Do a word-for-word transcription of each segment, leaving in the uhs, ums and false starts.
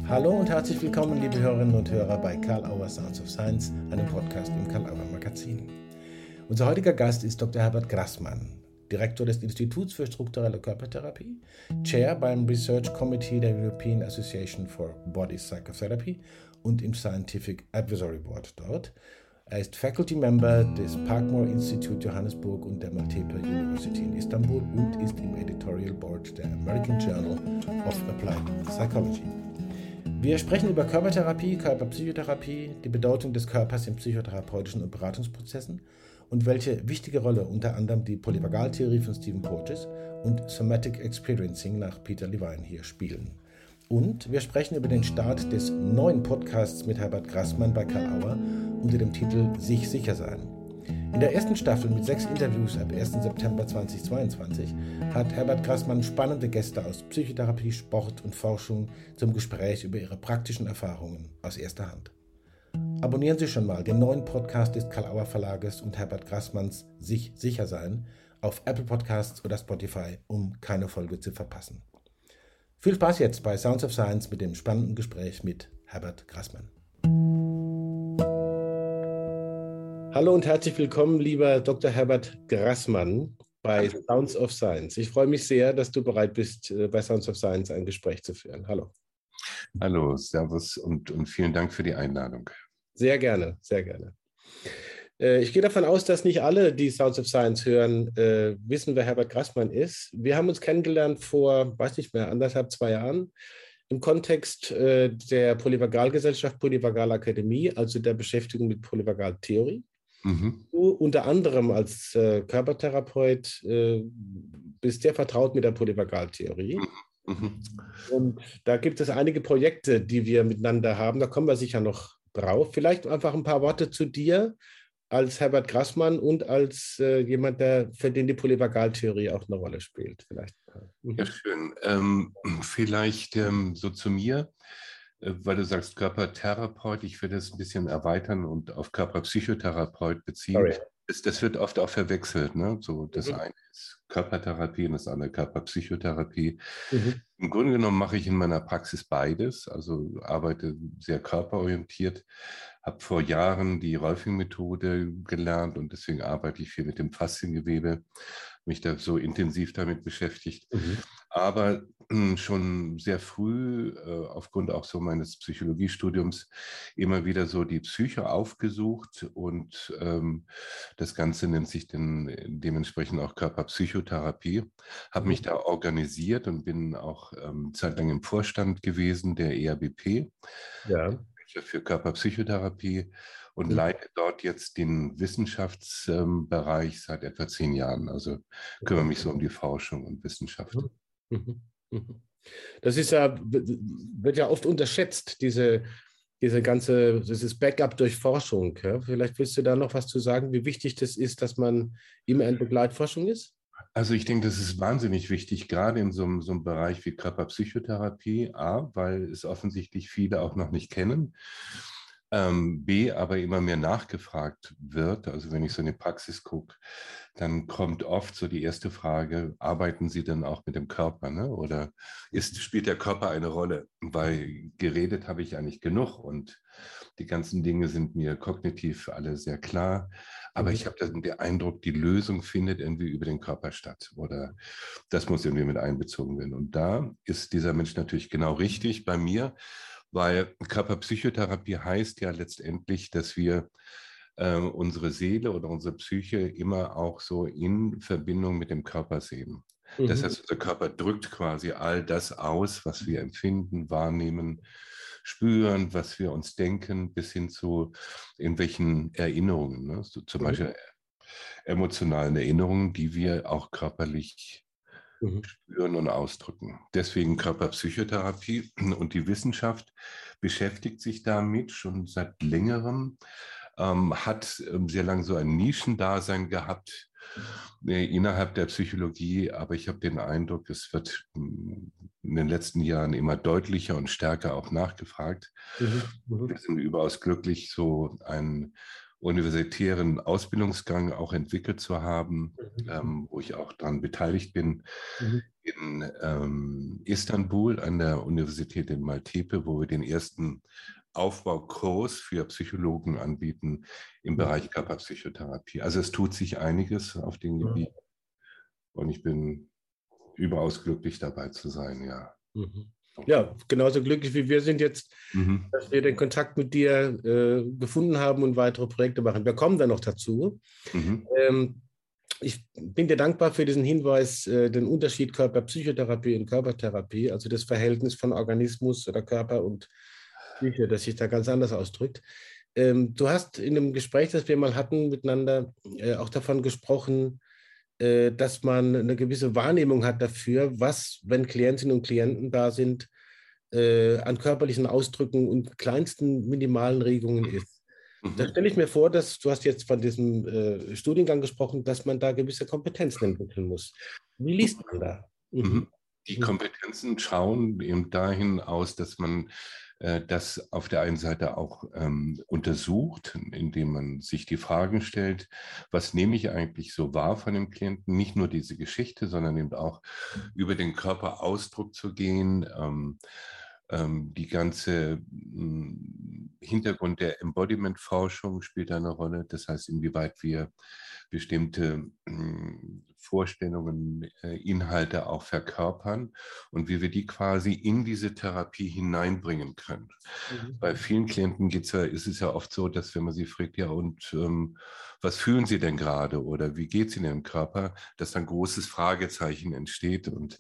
Hallo und herzlich willkommen, liebe Hörerinnen und Hörer, bei Karl Auer Sounds of Science, einem Podcast im Karl Auer Magazin. Unser heutiger Gast ist Doktor Herbert Grassmann, Direktor des Instituts für strukturelle Körpertherapie, Chair beim Research Committee der European Association for Body Psychotherapy und im Scientific Advisory Board dort. Er ist Faculty Member des Parkmore Institute Johannesburg und der Maltepe University in Istanbul und ist im Editorial Board der American Journal of Applied Psychology. Wir sprechen über Körpertherapie, Körperpsychotherapie, die Bedeutung des Körpers in psychotherapeutischen und Beratungsprozessen und welche wichtige Rolle unter anderem die Polyvagaltheorie von Stephen Porges und Somatic Experiencing nach Peter Levine hier spielen. Und wir sprechen über den Start des neuen Podcasts mit Herbert Grassmann bei Karl Auer unter dem Titel Sich sicher sein. In der ersten Staffel mit sechs Interviews ab ersten September zweitausendzweiundzwanzig hat Herbert Grassmann spannende Gäste aus Psychotherapie, Sport und Forschung zum Gespräch über ihre praktischen Erfahrungen aus erster Hand. Abonnieren Sie schon mal den neuen Podcast des Karl Auer Verlages und Herbert Grassmanns Sich sicher sein auf Apple Podcasts oder Spotify, um keine Folge zu verpassen. Viel Spaß jetzt bei Sounds of Science mit dem spannenden Gespräch mit Herbert Grassmann. Hallo und herzlich willkommen, lieber Doktor Herbert Grassmann bei Sounds of Science. Ich freue mich sehr, dass du bereit bist, bei Sounds of Science ein Gespräch zu führen. Hallo. Hallo, servus und, und vielen Dank für die Einladung. Sehr gerne, sehr gerne. Ich gehe davon aus, dass nicht alle, die Sounds of Science hören, wissen, wer Herbert Grassmann ist. Wir haben uns kennengelernt vor, weiß nicht mehr, anderthalb, zwei Jahren im Kontext der Polyvagalgesellschaft, Polyvagalakademie, also der Beschäftigung mit Polyvagaltheorie. Mhm. Du unter anderem als äh, Körpertherapeut äh, bist sehr vertraut mit der Polyvagaltheorie. Mhm. Und da gibt es einige Projekte, die wir miteinander haben. Da kommen wir sicher noch drauf. Vielleicht einfach ein paar Worte zu dir als Herbert Grassmann und als äh, jemand, der für den die Polyvagaltheorie auch eine Rolle spielt. Vielleicht. Mhm. Ja, schön. Ähm, vielleicht ähm, so zu mir. Weil du sagst Körpertherapeut, ich würde es ein bisschen erweitern und auf Körperpsychotherapeut beziehen. Das, das wird oft auch verwechselt. Ne? So, das mhm. eine ist Körpertherapie und das andere Körperpsychotherapie. Mhm. Im Grunde genommen mache ich in meiner Praxis beides, also arbeite sehr körperorientiert, habe vor Jahren die Rolfing-Methode gelernt und deswegen arbeite ich viel mit dem Fasziengewebe, mich da so intensiv damit beschäftigt. Mhm. Aber mh, schon sehr früh, äh, aufgrund auch so meines Psychologiestudiums, immer wieder so die Psyche aufgesucht und ähm, das Ganze nennt sich dann dementsprechend auch Körperpsychotherapie. Habe mhm. mich da organisiert und bin auch ähm, zeitlang im Vorstand gewesen der E R B P. Ja. Für Körperpsychotherapie und mhm. leite dort jetzt den Wissenschaftsbereich ähm, seit etwa zehn Jahren. Also kümmere mich so um die Forschung und Wissenschaft. Mhm. Mhm. Das ist ja, wird ja oft unterschätzt, diese, diese ganze, dieses Backup durch Forschung. Ja? Vielleicht willst du da noch was zu sagen, wie wichtig das ist, dass man immer in Begleitforschung ist? Also ich denke, das ist wahnsinnig wichtig, gerade in so einem, so einem Bereich wie Körperpsychotherapie, A, weil es offensichtlich viele auch noch nicht kennen, ähm, B, aber immer mehr nachgefragt wird. Also wenn ich so in die Praxis gucke, dann kommt oft so die erste Frage, arbeiten Sie denn auch mit dem Körper, ne? Oder ist, spielt der Körper eine Rolle? Weil geredet habe ich eigentlich genug und die ganzen Dinge sind mir kognitiv alle sehr klar. Aber mhm. ich habe den Eindruck, die Lösung findet irgendwie über den Körper statt oder das muss irgendwie mit einbezogen werden. Und da ist dieser Mensch natürlich genau richtig bei mir, weil Körperpsychotherapie heißt ja letztendlich, dass wir äh, unsere Seele oder unsere Psyche immer auch so in Verbindung mit dem Körper sehen. Mhm. Das heißt, unser Körper drückt quasi all das aus, was wir empfinden, wahrnehmen, spüren, was wir uns denken, bis hin zu irgendwelchen Erinnerungen, ne? So zum mhm. Beispiel emotionalen Erinnerungen, die wir auch körperlich mhm. spüren und ausdrücken. Deswegen Körperpsychotherapie und die Wissenschaft beschäftigt sich damit schon seit längerem, ähm, hat ähm, sehr lange so ein Nischendasein gehabt äh, innerhalb der Psychologie, aber ich habe den Eindruck, es wird ähm, in den letzten Jahren immer deutlicher und stärker auch nachgefragt. Mhm. Mhm. Wir sind überaus glücklich, so ein universitären Ausbildungsgang auch entwickelt zu haben, Mhm. ähm, wo ich auch daran beteiligt bin, Mhm. in ähm, Istanbul an der Universität in Maltepe, wo wir den ersten Aufbaukurs für Psychologen anbieten im Mhm. Bereich Körperpsychotherapie. Also es tut sich einiges auf dem Gebiet und ich bin überaus glücklich dabei zu sein, ja. Mhm. Ja, genauso glücklich wie wir sind jetzt, Mhm. dass wir den Kontakt mit dir äh, gefunden haben und weitere Projekte machen. Wir kommen dann noch dazu. Mhm. Ähm, ich bin dir dankbar für diesen Hinweis, äh, den Unterschied Körperpsychotherapie und Körpertherapie, also das Verhältnis von Organismus oder Körper und Psyche, das sich da ganz anders ausdrückt. Ähm, du hast in dem Gespräch, das wir mal hatten miteinander, äh, auch davon gesprochen, äh, dass man eine gewisse Wahrnehmung hat dafür, was, wenn Klientinnen und Klienten da sind, äh, an körperlichen Ausdrücken und kleinsten minimalen Regungen ist. Da Mhm. stelle ich mir vor, dass du hast jetzt von diesem äh, Studiengang gesprochen, dass man da gewisse Kompetenzen entwickeln muss. Wie liest man da? Mhm. Mhm. Die Mhm. Kompetenzen schauen eben dahin aus, dass man äh, das auf der einen Seite auch ähm, untersucht, indem man sich die Fragen stellt, was nehme ich eigentlich so wahr von dem Klienten? Nicht nur diese Geschichte, sondern eben auch über den Körperausdruck zu gehen, ähm, ähm, die ganze mh, Hintergrund der Embodiment-Forschung spielt da eine Rolle. Das heißt, inwieweit wir bestimmte mh, Vorstellungen, äh, Inhalte auch verkörpern und wie wir die quasi in diese Therapie hineinbringen können. Mhm. Bei vielen Klienten geht's ja, ist es ja oft so, dass wenn man sie fragt, ja und ähm, was fühlen Sie denn gerade oder wie geht es Ihnen im Körper, dass dann ein großes Fragezeichen entsteht und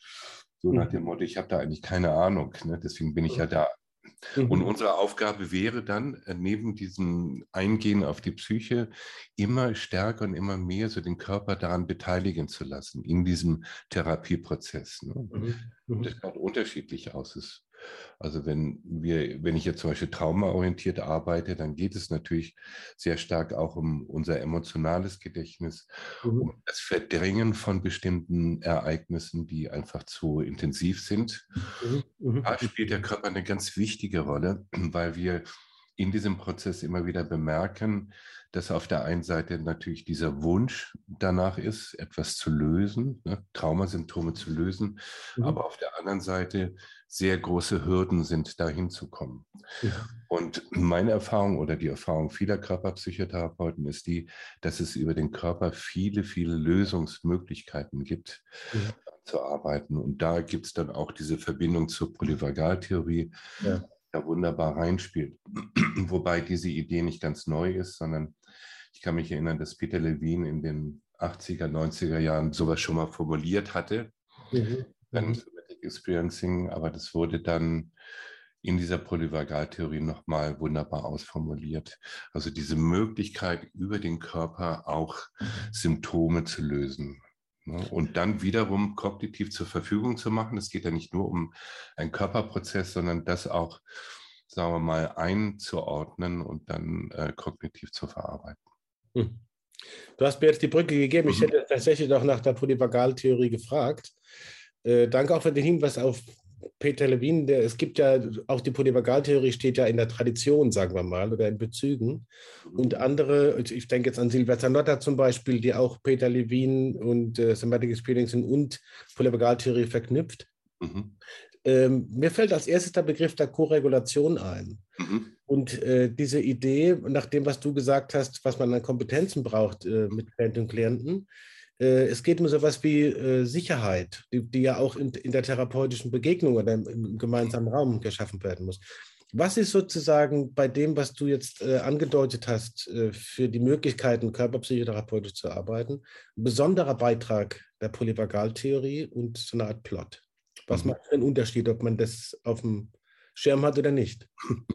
so nach dem Motto, ich habe da eigentlich keine Ahnung, ne? Deswegen bin ich ja da. Und Mhm. unsere Aufgabe wäre dann, äh, neben diesem Eingehen auf die Psyche, immer stärker und immer mehr so den Körper daran beteiligen zu lassen, in diesem Therapieprozess. Ne? Mhm. Und Mhm. das schaut unterschiedlich aus. Es, also wenn wir, wenn ich jetzt zum Beispiel traumaorientiert arbeite, dann geht es natürlich sehr stark auch um unser emotionales Gedächtnis, um Mhm. das Verdrängen von bestimmten Ereignissen, die einfach zu intensiv sind. Mhm. Mhm. Da spielt der Körper eine ganz wichtige Rolle, weil wir in diesem Prozess immer wieder bemerken, dass auf der einen Seite natürlich dieser Wunsch danach ist, etwas zu lösen, ne, Traumasymptome zu lösen, Mhm. aber auf der anderen Seite sehr große Hürden sind, dahin zu kommen. Mhm. Und meine Erfahrung oder die Erfahrung vieler Körperpsychotherapeuten ist die, dass es über den Körper viele, viele Lösungsmöglichkeiten gibt, Mhm. zu arbeiten. Und da gibt es dann auch diese Verbindung zur Polyvagaltheorie, Ja. da wunderbar reinspielt. Wobei diese Idee nicht ganz neu ist, sondern ich kann mich erinnern, dass Peter Levine in den achtziger, neunziger Jahren sowas schon mal formuliert hatte, Mhm. beim Mhm. Somatic Experiencing, aber das wurde dann in dieser Polyvagaltheorie nochmal wunderbar ausformuliert. Also diese Möglichkeit, über den Körper auch Symptome zu lösen. Ne? Und dann wiederum kognitiv zur Verfügung zu machen. Es geht ja nicht nur um einen Körperprozess, sondern das auch, sagen wir mal, einzuordnen und dann äh, kognitiv zu verarbeiten. Mhm. Du hast mir jetzt die Brücke gegeben. Ich Mhm. hätte tatsächlich auch nach der Polyvagaltheorie gefragt. Äh, danke auch für den Hinweis auf Peter Levine. Der, es gibt ja auch die Polyvagaltheorie, steht ja in der Tradition, sagen wir mal, oder in Bezügen. Und andere, ich denke jetzt an Silvia Zanotta zum Beispiel, die auch Peter Levine und äh, Somatic Experiencing und Polyvagaltheorie verknüpft. Mhm. Ähm, mir fällt als erstes der Begriff der Koregulation ein. Mhm. Und äh, diese Idee, nach dem, was du gesagt hast, was man an Kompetenzen braucht äh, mit Klientinnen und Klienten, äh, es geht um sowas wie äh, Sicherheit, die, die ja auch in, in der therapeutischen Begegnung oder im, im gemeinsamen Raum geschaffen werden muss. Was ist sozusagen bei dem, was du jetzt äh, angedeutet hast, äh, für die Möglichkeiten, körperpsychotherapeutisch zu arbeiten, ein besonderer Beitrag der Polyvagaltheorie und so eine Art Plot? Was Mhm. macht für einen Unterschied, ob man das auf dem Schirm hat oder nicht?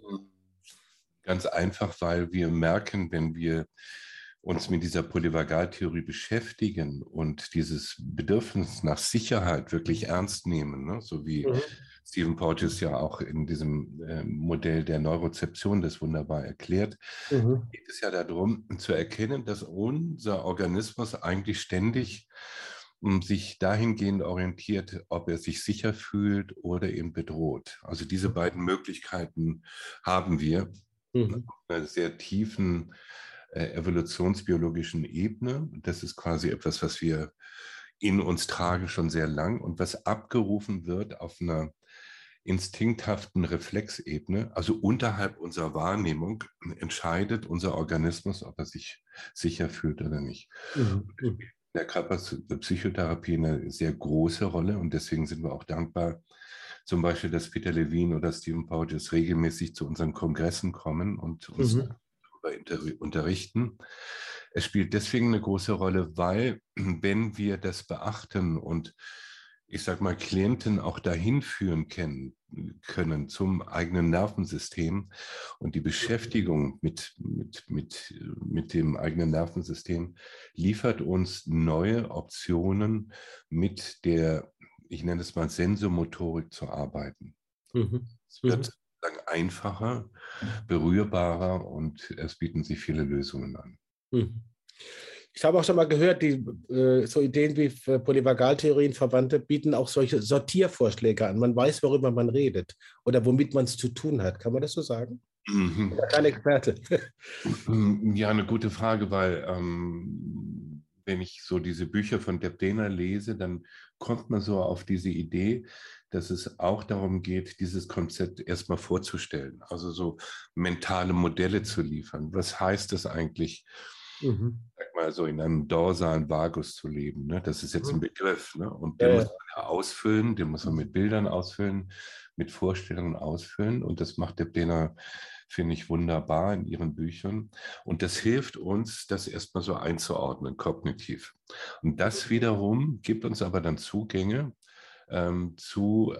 Ganz einfach, weil wir merken, wenn wir uns mit dieser Polyvagaltheorie beschäftigen und dieses Bedürfnis nach Sicherheit wirklich ernst nehmen, ne? So wie Mhm. Stephen Porges ja auch in diesem äh, Modell der Neurozeption das wunderbar erklärt, Mhm. geht es ja darum, zu erkennen, dass unser Organismus eigentlich ständig um, sich dahingehend orientiert, ob er sich sicher fühlt oder eben bedroht. Also diese beiden Möglichkeiten haben wir Mhm. einer sehr tiefen äh, evolutionsbiologischen Ebene. Das ist quasi etwas, was wir in uns tragen schon sehr lang und was abgerufen wird auf einer instinkthaften Reflexebene, also unterhalb unserer Wahrnehmung, entscheidet unser Organismus, ob er sich sicher fühlt oder nicht. Mhm. In der Körperpsychotherapie eine sehr große Rolle und deswegen sind wir auch dankbar, zum Beispiel, dass Peter Levine oder Stephen Porges regelmäßig zu unseren Kongressen kommen und uns Mhm. darüber unterrichten. Es spielt deswegen eine große Rolle, weil wenn wir das beachten und ich sage mal, Klienten auch dahin führen können, können zum eigenen Nervensystem und die Beschäftigung mit, mit, mit, mit dem eigenen Nervensystem liefert uns neue Optionen mit der, ich nenne es mal Sensomotorik zu arbeiten. Mhm. Es wird dann einfacher, berührbarer und es bieten sich viele Lösungen an. Mhm. Ich habe auch schon mal gehört, die, äh, so Ideen wie Polyvagaltheorien, Verwandte bieten auch solche Sortiervorschläge an. Man weiß, worüber man redet oder womit man es zu tun hat. Kann man das so sagen? Mhm. Ich bin kein Experte. Ja, eine gute Frage, weil ähm, wenn ich so diese Bücher von Deb Dehner lese, dann kommt man so auf diese Idee, dass es auch darum geht, dieses Konzept erstmal vorzustellen, also so mentale Modelle zu liefern. Was heißt das eigentlich? Mhm. Sag mal so in einem dorsalen Vagus zu leben, ne? Das ist jetzt ein Begriff, ne? Und den Ja, muss ja. man ja ausfüllen, den muss man mit Bildern ausfüllen, mit Vorstellungen ausfüllen und das macht Deb Dehner, finde ich, wunderbar in ihren Büchern und das hilft uns, das erstmal so einzuordnen, kognitiv. Und das wiederum gibt uns aber dann Zugänge ähm, zu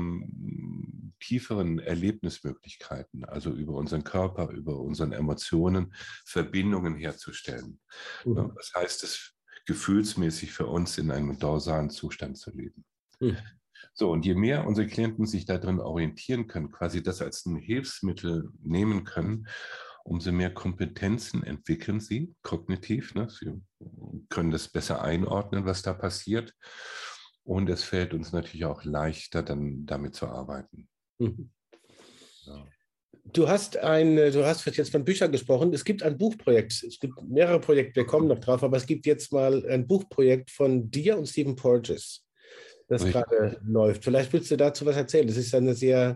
ähm, tieferen Erlebnismöglichkeiten, also über unseren Körper, über unseren Emotionen, Verbindungen herzustellen. Mhm. Ne? Das heißt es gefühlsmäßig für uns in einem dorsalen Zustand zu leben. Mhm. So, und je mehr unsere Klienten sich darin orientieren können, quasi das als ein Hilfsmittel nehmen können, umso mehr Kompetenzen entwickeln sie kognitiv. Ne? Sie können das besser einordnen, was da passiert. Und es fällt uns natürlich auch leichter, dann damit zu arbeiten. Mhm. Ja. Du hast ein, du hast jetzt von Büchern gesprochen. Es gibt ein Buchprojekt. Es gibt mehrere Projekte, wir kommen noch drauf, aber es gibt jetzt mal ein Buchprojekt von dir und Stephen Porges, das Richtig. gerade läuft. Vielleicht willst du dazu was erzählen. Das ist eine sehr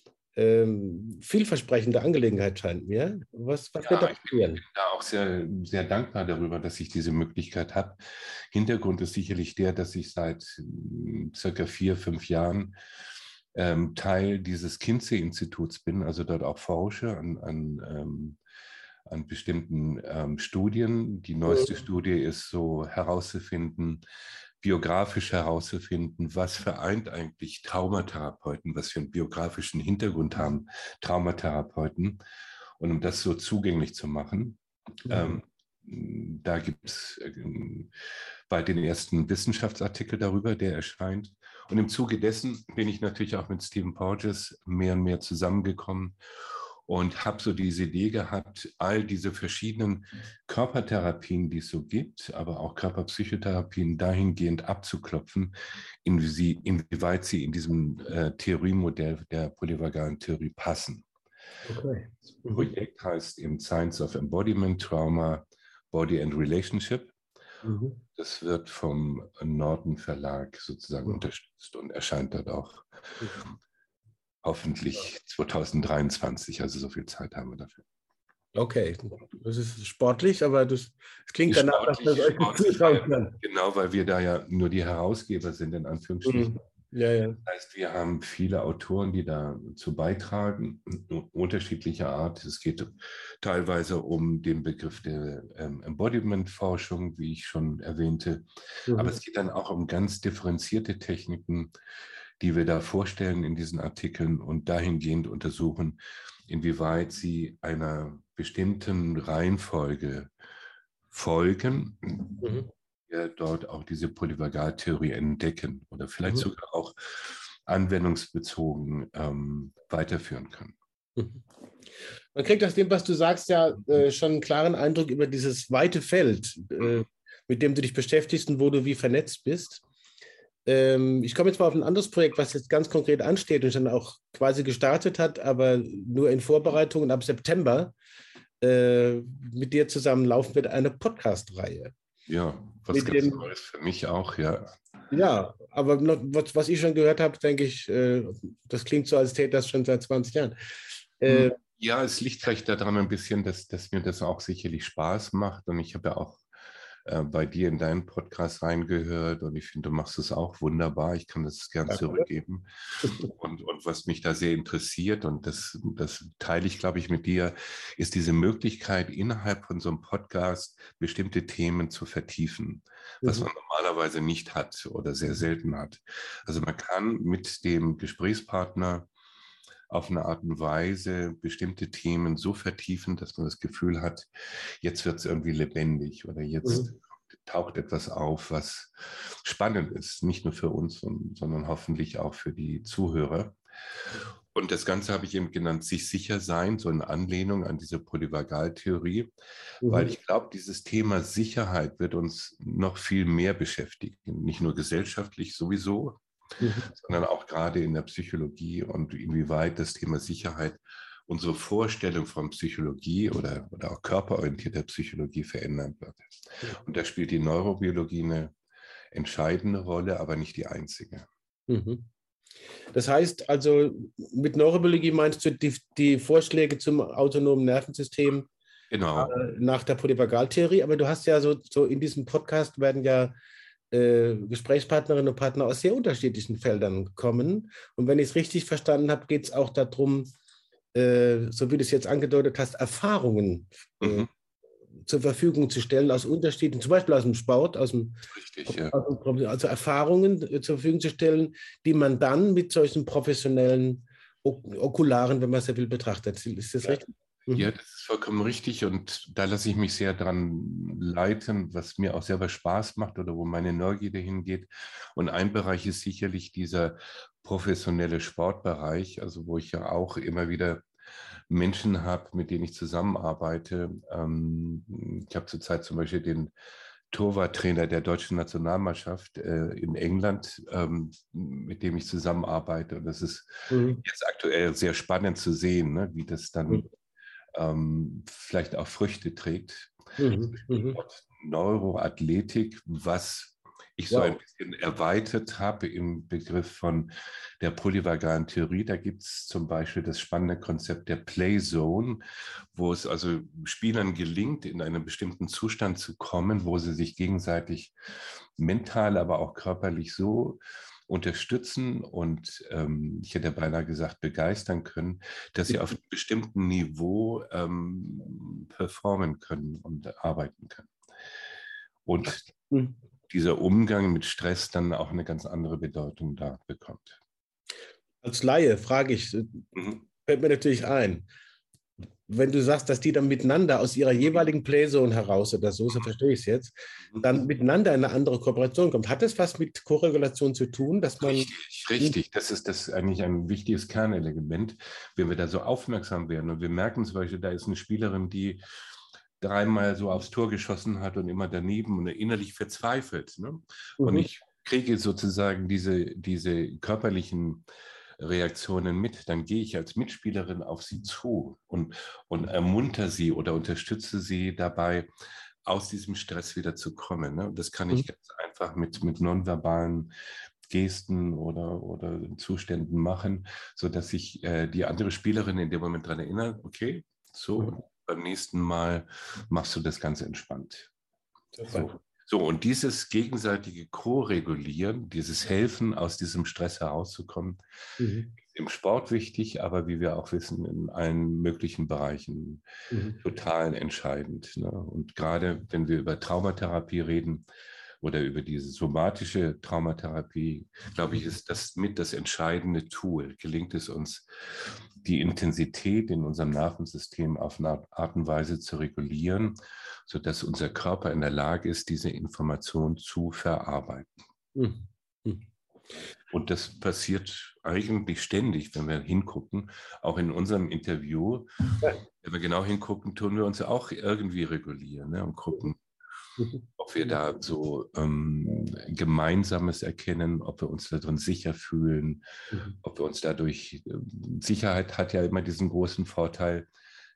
ähm, vielversprechende Angelegenheit, scheint mir. Was, was wird Ja, da ich bin, ich bin passieren? da auch sehr, sehr dankbar darüber, dass ich diese Möglichkeit habe. Hintergrund ist sicherlich der, dass ich seit mm, circa vier, fünf Jahren ähm, Teil dieses Kinsey-Instituts bin, also dort auch forsche an, an, ähm, an bestimmten ähm, Studien. Die neueste Studie ist so herauszufinden, biografisch herauszufinden, was vereint eigentlich Traumatherapeuten, was für einen biografischen Hintergrund haben Traumatherapeuten. Und um das so zugänglich zu machen, ähm, da gibt es äh, bald den ersten Wissenschaftsartikel darüber, der erscheint. Und im Zuge dessen bin ich natürlich auch mit Stephen Porges mehr und mehr zusammengekommen und habe so diese Idee gehabt, all diese verschiedenen Körpertherapien, die es so gibt, aber auch Körperpsychotherapien dahingehend abzuklopfen, inwie inwieweit sie in diesem äh, Theoriemodell der polyvagalen Theorie passen. Okay. Das Mhm. Projekt heißt eben Science of Embodiment, Trauma, Body and Relationship. Mhm. Das wird vom Norton Verlag sozusagen Mhm. unterstützt und erscheint dort auch Mhm. hoffentlich zwanzig dreiundzwanzig. Also so viel Zeit haben wir dafür. Okay, das ist sportlich, aber das, das klingt Ist danach, dass das sportlich, euch gut sportlich, weil, zuschauen kann. genau, weil wir da ja nur die Herausgeber sind, in Anführungsstrichen. Mhm. Ja, ja. Das heißt, wir haben viele Autoren, die dazu beitragen, unterschiedlicher Art. Es geht teilweise um den Begriff der ähm, Embodiment-Forschung, wie ich schon erwähnte. Mhm. Aber es geht dann auch um ganz differenzierte Techniken, die wir da vorstellen in diesen Artikeln und dahingehend untersuchen, inwieweit sie einer bestimmten Reihenfolge folgen, Mhm. wir dort auch diese Polyvagaltheorie entdecken oder vielleicht Mhm. sogar auch anwendungsbezogen ähm, weiterführen können. Mhm. Man kriegt aus dem, was du sagst, ja äh, schon einen klaren Eindruck über dieses weite Feld, äh, mit dem du dich beschäftigst und wo du wie vernetzt bist. Ähm, ich komme jetzt mal auf ein anderes Projekt, was jetzt ganz konkret ansteht und schon auch quasi gestartet hat, aber nur in Vorbereitung und ab September äh, mit dir zusammen laufen wird eine Podcast-Reihe. Ja, was Mit ganz dem, Neues für mich auch, ja. ja, aber noch, was, was ich schon gehört habe, denke ich, äh, das klingt so, als täte das schon seit zwanzig Jahren. Äh, Hm, Ja, es liegt vielleicht daran ein bisschen, dass, dass mir das auch sicherlich Spaß macht. Und ich habe ja auch äh, bei dir in deinen Podcast reingehört und ich finde, du machst es auch wunderbar. Ich kann das gern Danke. zurückgeben. Und, und was mich da sehr interessiert, und das, das teile ich, glaube ich, mit dir, ist diese Möglichkeit, innerhalb von so einem Podcast bestimmte Themen zu vertiefen, was Mhm. man normalerweise nicht hat oder sehr selten hat. Also man kann mit dem Gesprächspartner auf eine Art und Weise bestimmte Themen so vertiefen, dass man das Gefühl hat, jetzt wird es irgendwie lebendig oder jetzt Mhm. taucht etwas auf, was spannend ist, nicht nur für uns, sondern hoffentlich auch für die Zuhörer. Und das Ganze habe ich eben genannt, sich sicher sein, so in Anlehnung an diese Polyvagaltheorie, weil Mhm. ich glaube, dieses Thema Sicherheit wird uns noch viel mehr beschäftigen, nicht nur gesellschaftlich sowieso, Mhm. sondern auch gerade in der Psychologie und inwieweit das Thema Sicherheit unsere Vorstellung von Psychologie oder, oder auch körperorientierter Psychologie verändern wird. Und da spielt die Neurobiologie eine entscheidende Rolle, aber nicht die einzige. Mhm. Das heißt also, mit Neurobiologie meinst du die, die Vorschläge zum autonomen Nervensystem äh, Genau. nach der Polyvagaltheorie, aber du hast ja so, so in diesem Podcast werden ja äh, Gesprächspartnerinnen und Partner aus sehr unterschiedlichen Feldern kommen. Und wenn ich es richtig verstanden habe, geht es auch darum, äh, so wie du es jetzt angedeutet hast, Erfahrungen äh, Mhm. zur Verfügung zu stellen aus Unterschieden, zum Beispiel aus dem Sport, aus dem, Richtig, ja. also Erfahrungen äh, zur Verfügung zu stellen, die man dann mit solchen professionellen Ok Okularen, wenn man es so will, betrachtet. Ist das Ja. richtig? Ja, Mhm. das ist vollkommen richtig und da lasse ich mich sehr dran leiten, was mir auch selber Spaß macht oder wo meine Neugierde hingeht. Und ein Bereich ist sicherlich dieser professionelle Sportbereich, also wo ich ja auch immer wieder Menschen habe, mit denen ich zusammenarbeite. Ähm, ich habe zurzeit zum Beispiel den Torwarttrainer der deutschen Nationalmannschaft äh, in England, ähm, mit dem ich zusammenarbeite. Und das ist Mhm. jetzt aktuell sehr spannend zu sehen, ne, wie das dann ähm, vielleicht auch Früchte trägt. Mhm. Mhm. Stichwort Neuroathletik, was ich so ein Wow. bisschen erweitert habe im Begriff von der polyvagalen Theorie. Da gibt es zum Beispiel das spannende Konzept der Playzone, wo es also Spielern gelingt, in einen bestimmten Zustand zu kommen, wo sie sich gegenseitig mental, aber auch körperlich so unterstützen und ähm, ich hätte beinahe gesagt, begeistern können, dass sie auf einem bestimmten Niveau ähm, performen können und arbeiten können. Und Mhm. dieser Umgang mit Stress dann auch eine ganz andere Bedeutung da bekommt. Als Laie frage ich, äh, Mhm. fällt mir natürlich ein, wenn du sagst, dass die dann miteinander aus ihrer jeweiligen Playzone heraus oder so, so verstehe ich es jetzt, dann miteinander in eine andere Kooperation kommt. Hat das was mit Korrelation zu tun, dass man. Richtig, richtig. Das ist das ist eigentlich ein wichtiges Kernelement, wenn wir da so aufmerksam werden. Und wir merken zum Beispiel, da ist eine Spielerin, die dreimal so aufs Tor geschossen hat und immer daneben und innerlich verzweifelt. Ne? Und Mhm. ich kriege sozusagen diese, diese körperlichen Reaktionen mit, dann gehe ich als Mitspielerin auf sie zu und, und ermunter sie oder unterstütze sie dabei, aus diesem Stress wieder zu kommen. Ne? Und das kann Mhm. ich ganz einfach mit, mit nonverbalen Gesten oder, oder Zuständen machen, sodass ich äh, die andere Spielerin in dem Moment daran erinnere, okay, so, Mhm. und beim nächsten Mal machst du das Ganze entspannt. Super. So. So, und dieses gegenseitige Co-Regulieren, dieses Helfen, aus diesem Stress herauszukommen, Mhm. ist im Sport wichtig, aber wie wir auch wissen, in allen möglichen Bereichen Mhm. total entscheidend. Ne? Und gerade wenn wir über Traumatherapie reden oder über diese somatische Traumatherapie, glaube ich, ist das mit das entscheidende Tool. Gelingt es uns, die Intensität in unserem Nervensystem auf eine Art und Weise zu regulieren, sodass unser Körper in der Lage ist, diese Information zu verarbeiten. Mhm. Mhm. Und das passiert eigentlich ständig, wenn wir hingucken, auch in unserem Interview. Ja. Wenn wir genau hingucken, tun wir uns auch irgendwie regulieren, ne, und gucken, Mhm. ob wir da so ähm, Gemeinsames erkennen, ob wir uns darin sicher fühlen, Mhm. ob wir uns dadurch, äh, Sicherheit hat ja immer diesen großen Vorteil,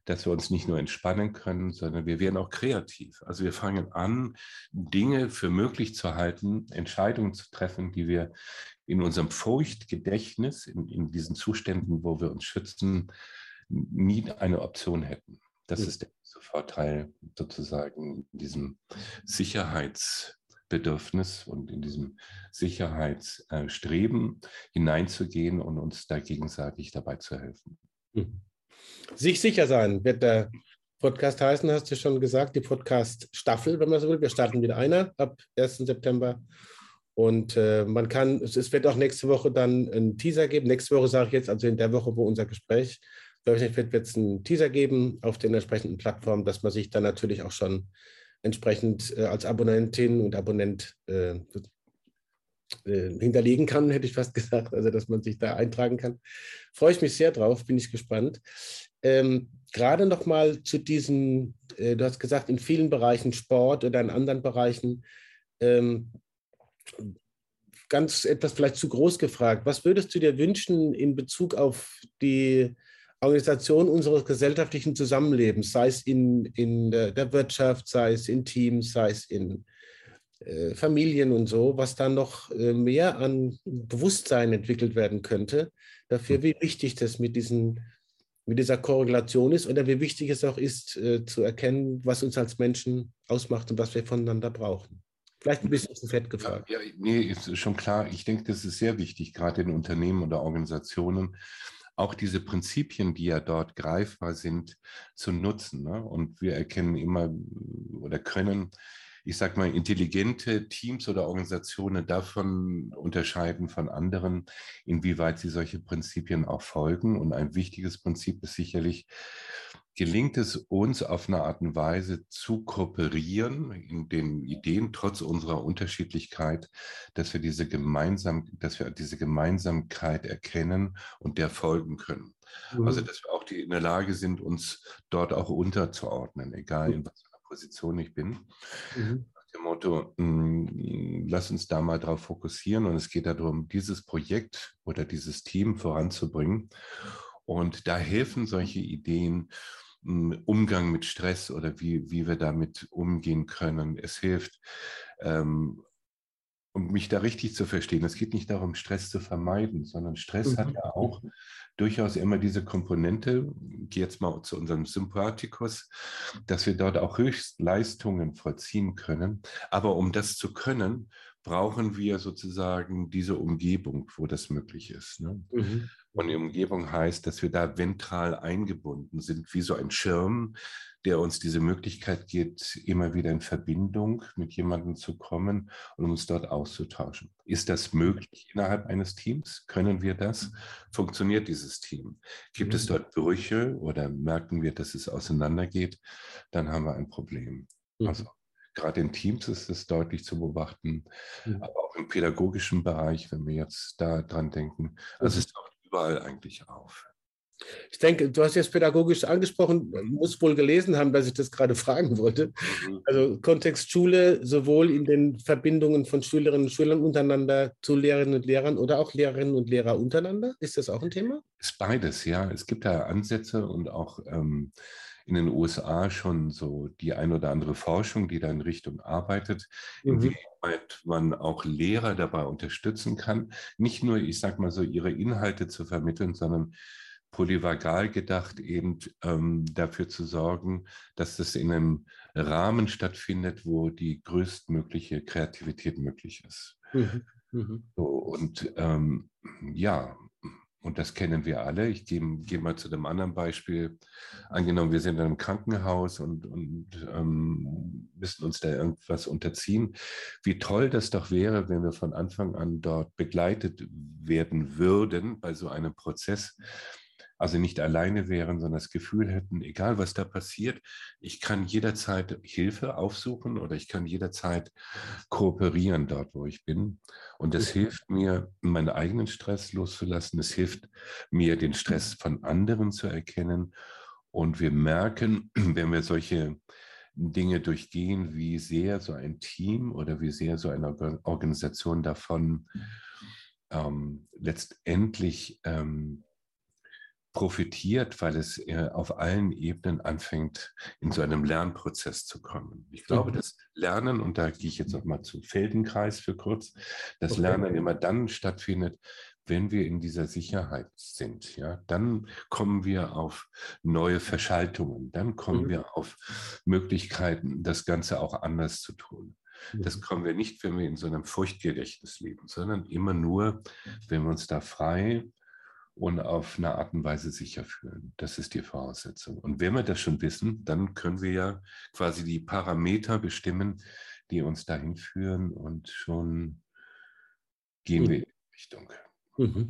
dass wir uns nicht nur entspannen können, sondern wir werden auch kreativ. Also wir fangen an, Dinge für möglich zu halten, Entscheidungen zu treffen, die wir in unserem Furchtgedächtnis, in, in diesen Zuständen, wo wir uns schützen, nie eine Option hätten. Das ist der Vorteil sozusagen in diesem Sicherheitsbedürfnis und in diesem Sicherheitsstreben hineinzugehen und uns da gegenseitig dabei zu helfen. Sich sicher sein wird der Podcast heißen, hast du schon gesagt, die Podcast-Staffel, wenn man so will. Wir starten mit einer ab ersten September. Und äh, man kann, es wird auch nächste Woche dann einen Teaser geben. Nächste Woche sage ich jetzt, also in der Woche, wo unser Gespräch veröffentlicht wird, wird es einen Teaser geben auf den entsprechenden Plattformen, dass man sich dann natürlich auch schon entsprechend äh, als Abonnentin und Abonnent äh, äh, hinterlegen kann, hätte ich fast gesagt. Also, dass man sich da eintragen kann. Freue ich mich sehr drauf, bin ich gespannt. Ähm, gerade noch mal zu diesen, äh, du hast gesagt, in vielen Bereichen Sport oder in anderen Bereichen, ähm, ganz etwas vielleicht zu groß gefragt. Was würdest du dir wünschen in Bezug auf die Organisation unseres gesellschaftlichen Zusammenlebens, sei es in, in der, der Wirtschaft, sei es in Teams, sei es in äh, Familien und so, was da noch äh, mehr an Bewusstsein entwickelt werden könnte, dafür, wie wichtig das mit, diesen, mit dieser Korrelation ist oder wie wichtig es auch ist, äh, zu erkennen, was uns als Menschen ausmacht und was wir voneinander brauchen. Vielleicht ein bisschen zu fett gefragt. Ja, ja, nee, ist schon klar. Ich denke, das ist sehr wichtig, gerade in Unternehmen oder Organisationen, auch diese Prinzipien, die ja dort greifbar sind, zu nutzen. Ne? Und wir erkennen immer oder können, ich sage mal, intelligente Teams oder Organisationen davon unterscheiden von anderen, inwieweit sie solche Prinzipien auch folgen. Und ein wichtiges Prinzip ist sicherlich, gelingt es uns auf eine Art und Weise zu kooperieren in den Ideen, trotz unserer Unterschiedlichkeit, dass wir diese gemeinsam, dass wir diese Gemeinsamkeit erkennen und der folgen können. Mhm. Also, dass wir auch die in der Lage sind, uns dort auch unterzuordnen, egal in was für einer Position ich bin. Mhm. Nach dem Motto, mh, lass uns da mal drauf fokussieren und es geht darum, dieses Projekt oder dieses Team voranzubringen. Und da helfen solche Ideen, Umgang mit Stress oder wie, wie wir damit umgehen können. Es hilft, ähm, um mich da richtig zu verstehen. Es geht nicht darum, Stress zu vermeiden, sondern Stress mhm. hat ja auch durchaus immer diese Komponente, ich gehe jetzt mal zu unserem Sympathikus, dass wir dort auch Höchstleistungen vollziehen können. Aber um das zu können, brauchen wir sozusagen diese Umgebung, wo das möglich ist. Ne? Mhm. Und die Umgebung heißt, dass wir da ventral eingebunden sind, wie so ein Schirm, der uns diese Möglichkeit gibt, immer wieder in Verbindung mit jemandem zu kommen und uns dort auszutauschen. Ist das möglich innerhalb eines Teams? Können wir das? Funktioniert dieses Team? Gibt mhm. es dort Brüche oder merken wir, dass es auseinandergeht? Dann haben wir ein Problem. Mhm. Also gerade in Teams ist es deutlich zu beobachten, mhm. aber auch im pädagogischen Bereich, wenn wir jetzt da dran denken. Also mhm. es taucht überall eigentlich auf. Ich denke, du hast jetzt pädagogisch angesprochen, muss wohl gelesen haben, dass ich das gerade fragen wollte. Mhm. Also Kontext Schule, sowohl in den Verbindungen von Schülerinnen und Schülern untereinander zu Lehrerinnen und Lehrern oder auch Lehrerinnen und Lehrer untereinander. Ist das auch ein Thema? Ist beides, ja. Es gibt da Ansätze und auch ähm, in den U S A schon so die ein oder andere Forschung, die da in Richtung arbeitet, mhm. inwieweit man auch Lehrer dabei unterstützen kann, nicht nur, ich sag mal so, ihre Inhalte zu vermitteln, sondern polyvagal gedacht eben ähm, dafür zu sorgen, dass das in einem Rahmen stattfindet, wo die größtmögliche Kreativität möglich ist. Mhm. Mhm. So, und ähm, ja, und das kennen wir alle. Ich gehe, gehe mal zu einem anderen Beispiel. Angenommen, wir sind in einem Krankenhaus und, und ähm, müssen uns da irgendwas unterziehen. Wie toll das doch wäre, wenn wir von Anfang an dort begleitet werden würden bei so einem Prozess. Also nicht alleine wären, sondern das Gefühl hätten, egal was da passiert, ich kann jederzeit Hilfe aufsuchen oder ich kann jederzeit kooperieren dort, wo ich bin. Und das hilft mir, meinen eigenen Stress loszulassen. Es hilft mir, den Stress von anderen zu erkennen. Und wir merken, wenn wir solche Dinge durchgehen, wie sehr so ein Team oder wie sehr so eine Organisation davon ähm, letztendlich ähm, profitiert, weil es äh, auf allen Ebenen anfängt, in so einem Lernprozess zu kommen. Ich glaube, Mhm. das Lernen, und da gehe ich jetzt nochmal zu Feldenkreis für kurz, das Okay. Lernen immer dann stattfindet, wenn wir in dieser Sicherheit sind. Ja? Dann kommen wir auf neue Verschaltungen, dann kommen Mhm. wir auf Möglichkeiten, das Ganze auch anders zu tun. Das Mhm. kommen wir nicht, wenn wir in so einem Furchtgedächtnis leben, sondern immer nur, wenn wir uns da frei und auf eine Art und Weise sicher fühlen. Das ist die Voraussetzung. Und wenn wir das schon wissen, dann können wir ja quasi die Parameter bestimmen, die uns dahin führen, und schon gehen Mhm. wir in die Richtung. Mhm.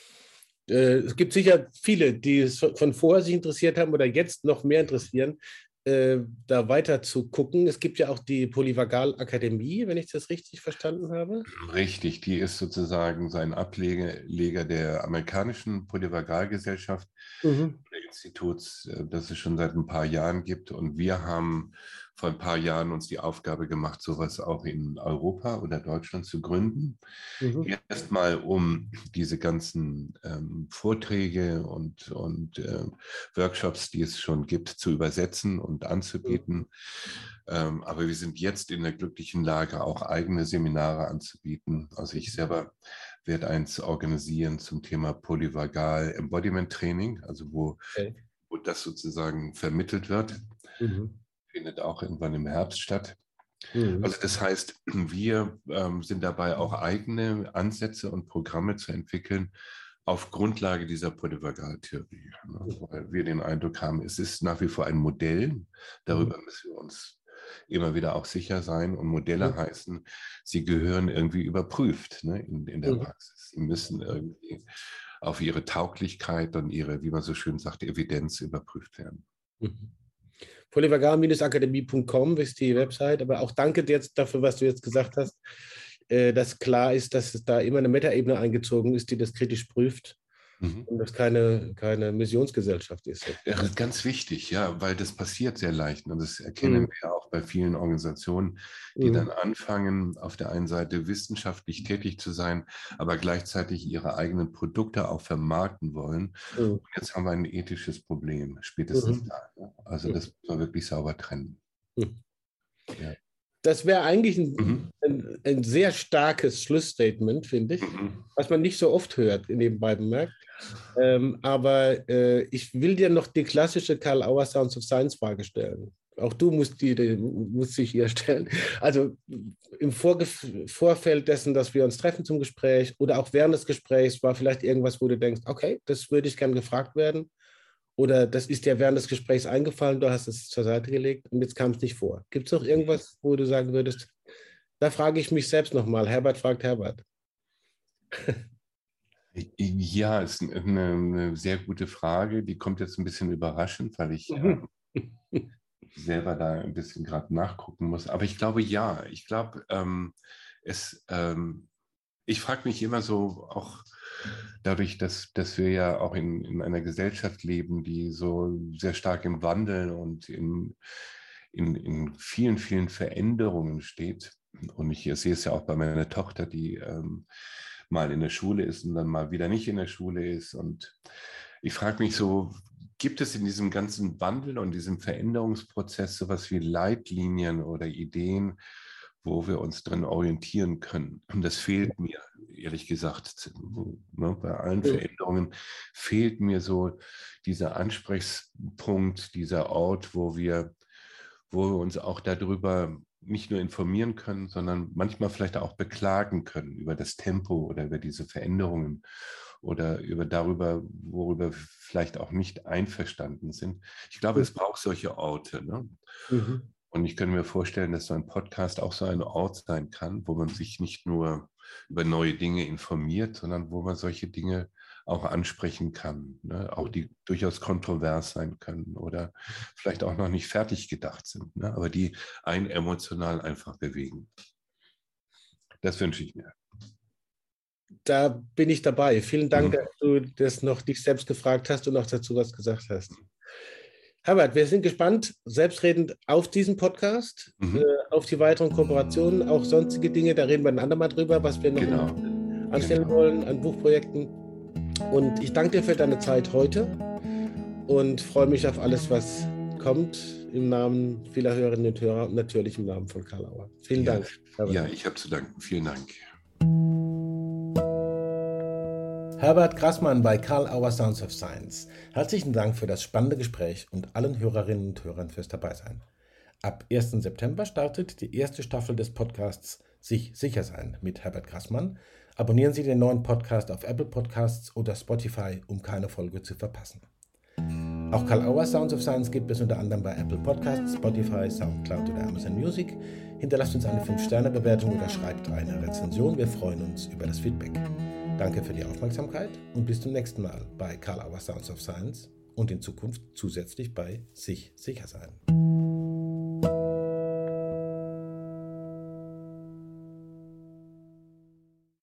Äh, es gibt sicher viele, die es von vorher sich interessiert haben oder jetzt noch mehr interessieren, äh, da weiter zu gucken. Es gibt ja auch die Polyvagal-Akademie, wenn ich das richtig verstanden habe. Richtig, die ist sozusagen so ein Ableger der amerikanischen Polyvagalgesellschaft, Mhm. Instituts, das es schon seit ein paar Jahren gibt. Und wir haben vor ein paar Jahren uns die Aufgabe gemacht, sowas auch in Europa oder Deutschland zu gründen. Mhm. Erstmal, um diese ganzen ähm, Vorträge und, und äh, Workshops, die es schon gibt, zu übersetzen und anzubieten. Mhm. Ähm, aber wir sind jetzt in der glücklichen Lage, auch eigene Seminare anzubieten. Also ich selber werde eins organisieren zum Thema Polyvagal Embodiment Training, also wo, Okay. wo das sozusagen vermittelt wird. Mhm. Findet auch irgendwann im Herbst statt. Mhm. Also das heißt, wir ähm, sind dabei, auch eigene Ansätze und Programme zu entwickeln auf Grundlage dieser Polyvagaltheorie. Ne? Weil wir den Eindruck haben, es ist nach wie vor ein Modell. Darüber müssen wir uns immer wieder auch sicher sein. Und Modelle Mhm. heißen, sie gehören irgendwie überprüft, ne, in, in der Mhm. Praxis. Sie müssen irgendwie auf ihre Tauglichkeit und ihre, wie man so schön sagt, Evidenz überprüft werden. Mhm. polyvagal-akademie punkt com ist die Website, aber auch danke dir jetzt dafür, was du jetzt gesagt hast, äh, dass klar ist, dass es da immer eine Metaebene eingezogen ist, die das kritisch prüft Mhm. und das keine, keine Missionsgesellschaft ist. Ja, das ist ganz wichtig, ja, weil das passiert sehr leicht. Und das erkennen Mhm. wir auch bei vielen Organisationen, die dann Mhm. anfangen, auf der einen Seite wissenschaftlich tätig zu sein, aber gleichzeitig ihre eigenen Produkte auch vermarkten wollen. Mhm. Und jetzt haben wir ein ethisches Problem, spätestens Mhm. da. Ne? Also das muss man wirklich sauber trennen. Mhm. Ja. Das wäre eigentlich ein, Mhm. ein, ein sehr starkes Schlussstatement, finde ich, Mhm. was man nicht so oft hört, nebenbei bemerkt. Ähm, aber äh, ich will dir noch die klassische Karl Auer Sounds of Science Frage stellen. Auch du musst, die, die, musst dich hier stellen. Also im Vorge- Vorfeld dessen, dass wir uns treffen zum Gespräch oder auch während des Gesprächs, war vielleicht irgendwas, wo du denkst, okay, das würde ich gern gefragt werden. Oder das ist dir während des Gesprächs eingefallen, du hast es zur Seite gelegt und jetzt kam es nicht vor. Gibt es noch irgendwas, wo du sagen würdest, da frage ich mich selbst nochmal. Herbert fragt Herbert. Ja, ist eine, eine sehr gute Frage. Die kommt jetzt ein bisschen überraschend, weil ich äh, selber da ein bisschen gerade nachgucken muss. Aber ich glaube, ja, ich glaube, ähm, es, ähm, ich frage mich immer so, auch dadurch, dass, dass wir ja auch in, in einer Gesellschaft leben, die so sehr stark im Wandel und in, in, in vielen, vielen Veränderungen steht. Und ich sehe es ja auch bei meiner Tochter, die ähm, mal in der Schule ist und dann mal wieder nicht in der Schule ist. Und ich frage mich so, gibt es in diesem ganzen Wandel und diesem Veränderungsprozess sowas wie Leitlinien oder Ideen, wo wir uns drin orientieren können? Und das fehlt mir, ehrlich gesagt. Ne, bei allen Veränderungen fehlt mir so dieser Ansprechpunkt, dieser Ort, wo wir, wo wir uns auch darüber nicht nur informieren können, sondern manchmal vielleicht auch beklagen können über das Tempo oder über diese Veränderungen oder über darüber, worüber wir vielleicht auch nicht einverstanden sind. Ich glaube, es braucht solche Orte. Ne? Mhm. Und ich könnte mir vorstellen, dass so ein Podcast auch so ein Ort sein kann, wo man sich nicht nur über neue Dinge informiert, sondern wo man solche Dinge auch ansprechen kann, ne? Auch die durchaus kontrovers sein können oder vielleicht auch noch nicht fertig gedacht sind, ne? Aber die einen emotional einfach bewegen. Das wünsche ich mir. Da bin ich dabei. Vielen Dank, Mhm. dass du das noch dich selbst gefragt hast und auch dazu was gesagt hast. Herbert, wir sind gespannt, selbstredend auf diesen Podcast, Mhm. äh, auf die weiteren Kooperationen, auch sonstige Dinge. Da reden wir ein andermal drüber, was wir noch Genau. anstellen Genau. wollen an Buchprojekten. Und ich danke dir für deine Zeit heute. und freue mich auf alles, was kommt, im Namen vieler Hörerinnen und Hörer und natürlich im Namen von Karl Auer. Vielen ja, Dank. Ja, ich habe zu danken. Vielen Dank. Herbert Grassmann bei Karl Auer Sounds of Science. Herzlichen Dank für das spannende Gespräch und allen Hörerinnen und Hörern fürs Dabeisein. Ab ersten September startet die erste Staffel des Podcasts Sich sicher sein mit Herbert Grassmann. Abonnieren Sie den neuen Podcast auf Apple Podcasts oder Spotify, um keine Folge zu verpassen. Auch Karl Auer Sounds of Science gibt es unter anderem bei Apple Podcasts, Spotify, Soundcloud oder Amazon Music. Hinterlasst uns eine fünf Sterne Bewertung oder schreibt eine Rezension. Wir freuen uns über das Feedback. Danke für die Aufmerksamkeit und bis zum nächsten Mal bei Karl Auer Sounds of Science und in Zukunft zusätzlich bei Sich sicher sein.